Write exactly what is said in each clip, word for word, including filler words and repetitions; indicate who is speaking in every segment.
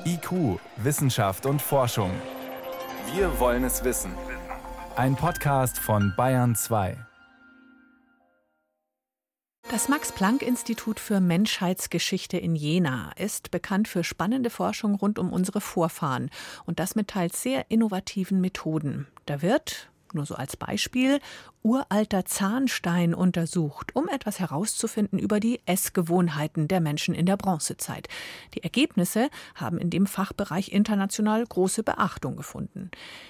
Speaker 1: I Q, Wissenschaft und Forschung. Wir wollen es wissen. Ein Podcast von Bayern zwei.
Speaker 2: Das Max-Planck-Institut für Menschheitsgeschichte in Jena ist bekannt für spannende Forschung rund um unsere Vorfahren und das mit teils sehr innovativen Methoden. Da wird, nur so als Beispiel, uralter Zahnstein untersucht, um etwas herauszufinden über die Essgewohnheiten der Menschen in der Bronzezeit. Die Ergebnisse haben in dem Fachbereich international große Beachtung gefunden.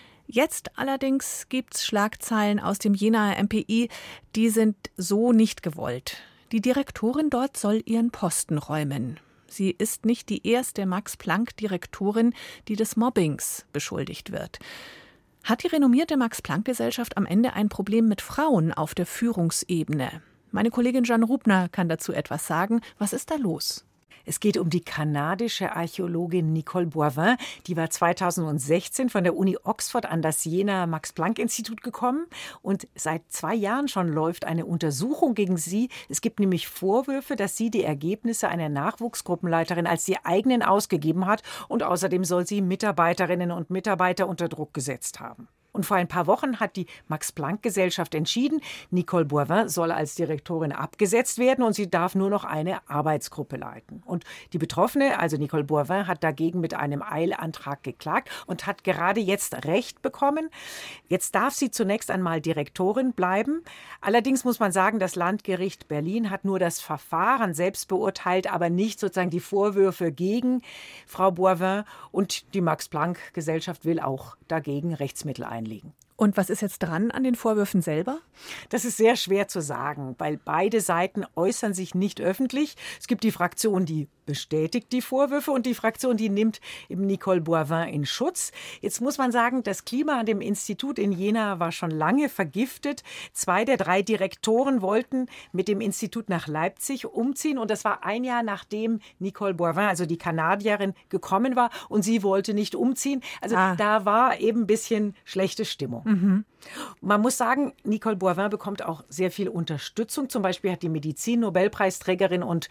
Speaker 2: Jetzt allerdings gibt's Schlagzeilen aus dem Jenaer M P I, die sind so nicht gewollt. Die Direktorin dort soll ihren Posten räumen. Sie ist nicht die erste Max-Planck-Direktorin, die des Mobbings beschuldigt wird. Hat die renommierte Max-Planck-Gesellschaft am Ende ein Problem mit Frauen auf der Führungsebene? Meine Kollegin Jeanne Rubner kann dazu etwas sagen. Was ist da los?
Speaker 3: Es geht um die kanadische Archäologin Nicole Boivin. Die war zweitausendsechzehn von der Uni Oxford an das Jenaer Max-Planck-Institut gekommen. Und seit zwei Jahren schon läuft eine Untersuchung gegen sie. Es gibt nämlich Vorwürfe, dass sie die Ergebnisse einer Nachwuchsgruppenleiterin als die eigenen ausgegeben hat. Und außerdem soll sie Mitarbeiterinnen und Mitarbeiter unter Druck gesetzt haben. Und vor ein paar Wochen hat die Max-Planck-Gesellschaft entschieden, Nicole Boivin soll als Direktorin abgesetzt werden und sie darf nur noch eine Arbeitsgruppe leiten. Und die Betroffene, also Nicole Boivin, hat dagegen mit einem Eilantrag geklagt und hat gerade jetzt Recht bekommen. Jetzt darf sie zunächst einmal Direktorin bleiben. Allerdings muss man sagen, das Landgericht Berlin hat nur das Verfahren selbst beurteilt, aber nicht sozusagen die Vorwürfe gegen Frau Boivin. Und die Max-Planck-Gesellschaft will auch dagegen Rechtsmittel einlegen.
Speaker 2: Und was ist jetzt dran an den Vorwürfen selber?
Speaker 3: Das ist sehr schwer zu sagen, weil beide Seiten äußern sich nicht öffentlich. Es gibt die Fraktion, die bestätigt die Vorwürfe und die Fraktion, die nimmt eben Nicole Boivin in Schutz. Jetzt muss man sagen, das Klima an dem Institut in Jena war schon lange vergiftet. Zwei der drei Direktoren wollten mit dem Institut nach Leipzig umziehen und das war ein Jahr nachdem Nicole Boivin, also die Kanadierin, gekommen war und sie wollte nicht umziehen. Also ah. da war eben ein bisschen schlechte Stimmung. Mhm. Man muss sagen, Nicole Boivin bekommt auch sehr viel Unterstützung. Zum Beispiel hat die Medizin-Nobelpreisträgerin und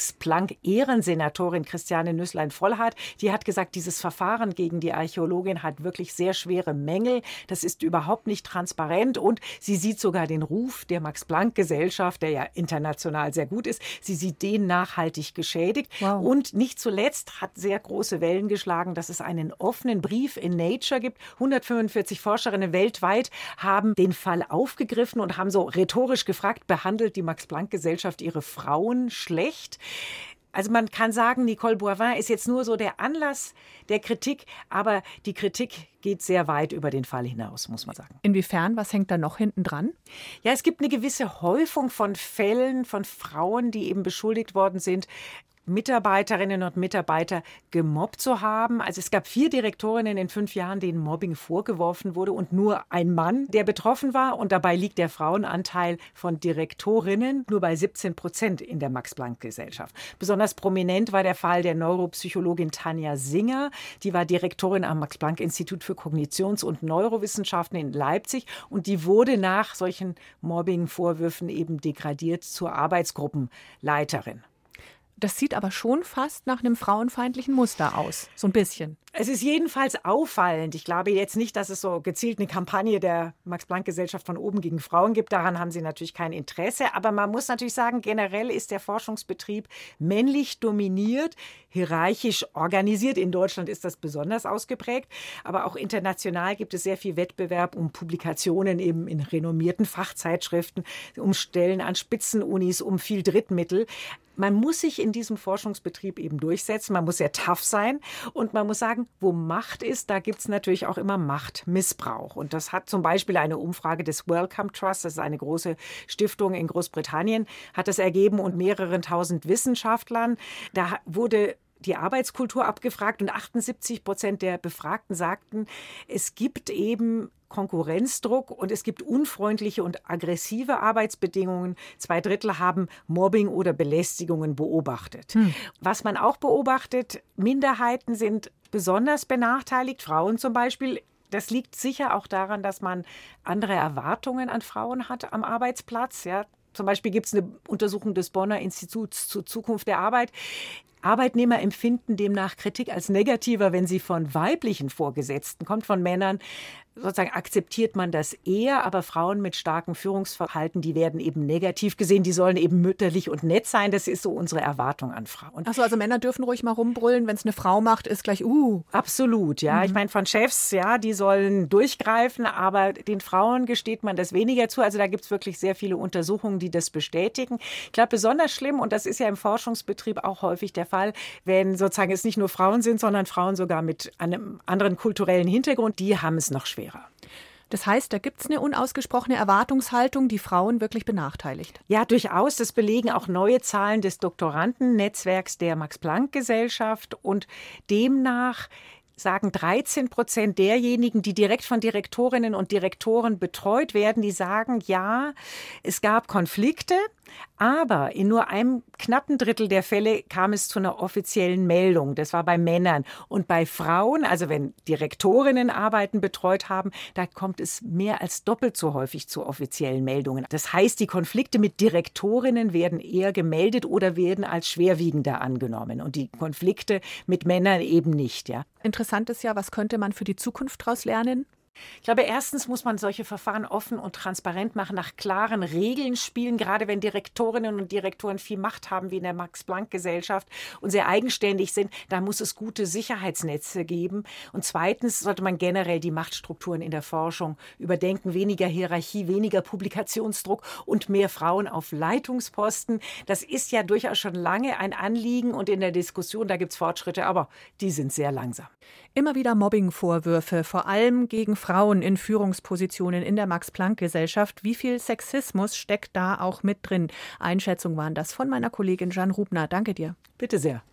Speaker 3: Max-Planck-Ehrensenatorin Christiane Nüßlein-Vollhardt, die hat gesagt, dieses Verfahren gegen die Archäologin hat wirklich sehr schwere Mängel. Das ist überhaupt nicht transparent und sie sieht sogar den Ruf der Max-Planck-Gesellschaft, der ja international sehr gut ist, sie sieht den nachhaltig geschädigt. Wow. Und nicht zuletzt hat sehr große Wellen geschlagen, dass es einen offenen Brief in Nature gibt. hundertfünfundvierzig Forscherinnen weltweit haben den Fall aufgegriffen und haben so rhetorisch gefragt, behandelt die Max-Planck-Gesellschaft ihre Frauen schlecht? Also man kann sagen, Nicole Boivin ist jetzt nur so der Anlass der Kritik, aber die Kritik geht sehr weit über den Fall hinaus, muss man sagen.
Speaker 2: Inwiefern? Was hängt da noch hinten dran?
Speaker 3: Ja, es gibt eine gewisse Häufung von Fällen von Frauen, die eben beschuldigt worden sind, Mitarbeiterinnen und Mitarbeiter gemobbt zu haben. Also es gab vier Direktorinnen in fünf Jahren, denen Mobbing vorgeworfen wurde und nur ein Mann, der betroffen war. Und dabei liegt der Frauenanteil von Direktorinnen nur bei siebzehn Prozent in der Max-Planck-Gesellschaft. Besonders prominent war der Fall der Neuropsychologin Tanja Singer. Die war Direktorin am Max-Planck-Institut für Kognitions- und Neurowissenschaften in Leipzig. Und die wurde nach solchen Mobbing-Vorwürfen eben degradiert zur Arbeitsgruppenleiterin.
Speaker 2: Das sieht aber schon fast nach einem frauenfeindlichen Muster aus, so ein bisschen.
Speaker 3: Es ist jedenfalls auffallend. Ich glaube jetzt nicht, dass es so gezielt eine Kampagne der Max-Planck-Gesellschaft von oben gegen Frauen gibt. Daran haben sie natürlich kein Interesse. Aber man muss natürlich sagen, generell ist der Forschungsbetrieb männlich dominiert, hierarchisch organisiert. In Deutschland ist das besonders ausgeprägt. Aber auch international gibt es sehr viel Wettbewerb um Publikationen eben in renommierten Fachzeitschriften, um Stellen an Spitzenunis, um viel Drittmittel. Man muss sich in diesem Forschungsbetrieb eben durchsetzen. Man muss sehr tough sein und man muss sagen, wo Macht ist, da gibt es natürlich auch immer Machtmissbrauch. Und das hat zum Beispiel eine Umfrage des Wellcome Trust, das ist eine große Stiftung in Großbritannien, hat das ergeben und mehreren tausend Wissenschaftlern. Da wurde die Arbeitskultur abgefragt und achtundsiebzig Prozent der Befragten sagten, es gibt eben Konkurrenzdruck und es gibt unfreundliche und aggressive Arbeitsbedingungen. Zwei Drittel haben Mobbing oder Belästigungen beobachtet. Hm. Was man auch beobachtet, Minderheiten sind besonders benachteiligt, Frauen zum Beispiel. Das liegt sicher auch daran, dass man andere Erwartungen an Frauen hat am Arbeitsplatz. Ja, zum Beispiel gibt es eine Untersuchung des Bonner Instituts zur Zukunft der Arbeit. Arbeitnehmer empfinden demnach Kritik als negativer, wenn sie von weiblichen Vorgesetzten kommt, von Männern. Sozusagen akzeptiert man das eher, aber Frauen mit starkem Führungsverhalten, die werden eben negativ gesehen, die sollen eben mütterlich und nett sein. Das ist so unsere Erwartung an Frauen.
Speaker 2: Ach so, also Männer dürfen ruhig mal rumbrüllen, wenn es eine Frau macht, ist gleich uh.
Speaker 3: Absolut, ja. Mhm. Ich meine, von Chefs, ja, die sollen durchgreifen, aber den Frauen gesteht man das weniger zu. Also da gibt es wirklich sehr viele Untersuchungen, die das bestätigen. Ich glaube, besonders schlimm, und das ist ja im Forschungsbetrieb auch häufig der Fall, wenn sozusagen es nicht nur Frauen sind, sondern Frauen sogar mit einem anderen kulturellen Hintergrund, die haben es noch schwer.
Speaker 2: Das heißt, da gibt es eine unausgesprochene Erwartungshaltung, die Frauen wirklich benachteiligt.
Speaker 3: Ja, durchaus. Das belegen auch neue Zahlen des Doktorandennetzwerks der Max-Planck-Gesellschaft. Und demnach sagen dreizehn Prozent derjenigen, die direkt von Direktorinnen und Direktoren betreut werden, die sagen, ja, es gab Konflikte, aber in nur einem knappen Drittel der Fälle kam es zu einer offiziellen Meldung. Das war bei Männern. Und bei Frauen, also wenn Direktorinnen Arbeiten betreut haben, da kommt es mehr als doppelt so häufig zu offiziellen Meldungen. Das heißt, die Konflikte mit Direktorinnen werden eher gemeldet oder werden als schwerwiegender angenommen. Und die Konflikte mit Männern eben nicht, ja.
Speaker 2: Interessant ist ja, was könnte man für die Zukunft daraus lernen?
Speaker 3: Ich glaube, erstens muss man solche Verfahren offen und transparent machen, nach klaren Regeln spielen, gerade wenn Direktorinnen und Direktoren viel Macht haben, wie in der Max-Planck-Gesellschaft und sehr eigenständig sind, da muss es gute Sicherheitsnetze geben. Und zweitens sollte man generell die Machtstrukturen in der Forschung überdenken, weniger Hierarchie, weniger Publikationsdruck und mehr Frauen auf Leitungsposten. Das ist ja durchaus schon lange ein Anliegen und in der Diskussion, da gibt es Fortschritte, aber die sind sehr langsam.
Speaker 2: Immer wieder Mobbingvorwürfe, vor allem gegen Frauen in Führungspositionen in der Max-Planck-Gesellschaft. Wie viel Sexismus steckt da auch mit drin? Einschätzungen waren das von meiner Kollegin Jeanne Rubner. Danke dir.
Speaker 3: Bitte sehr.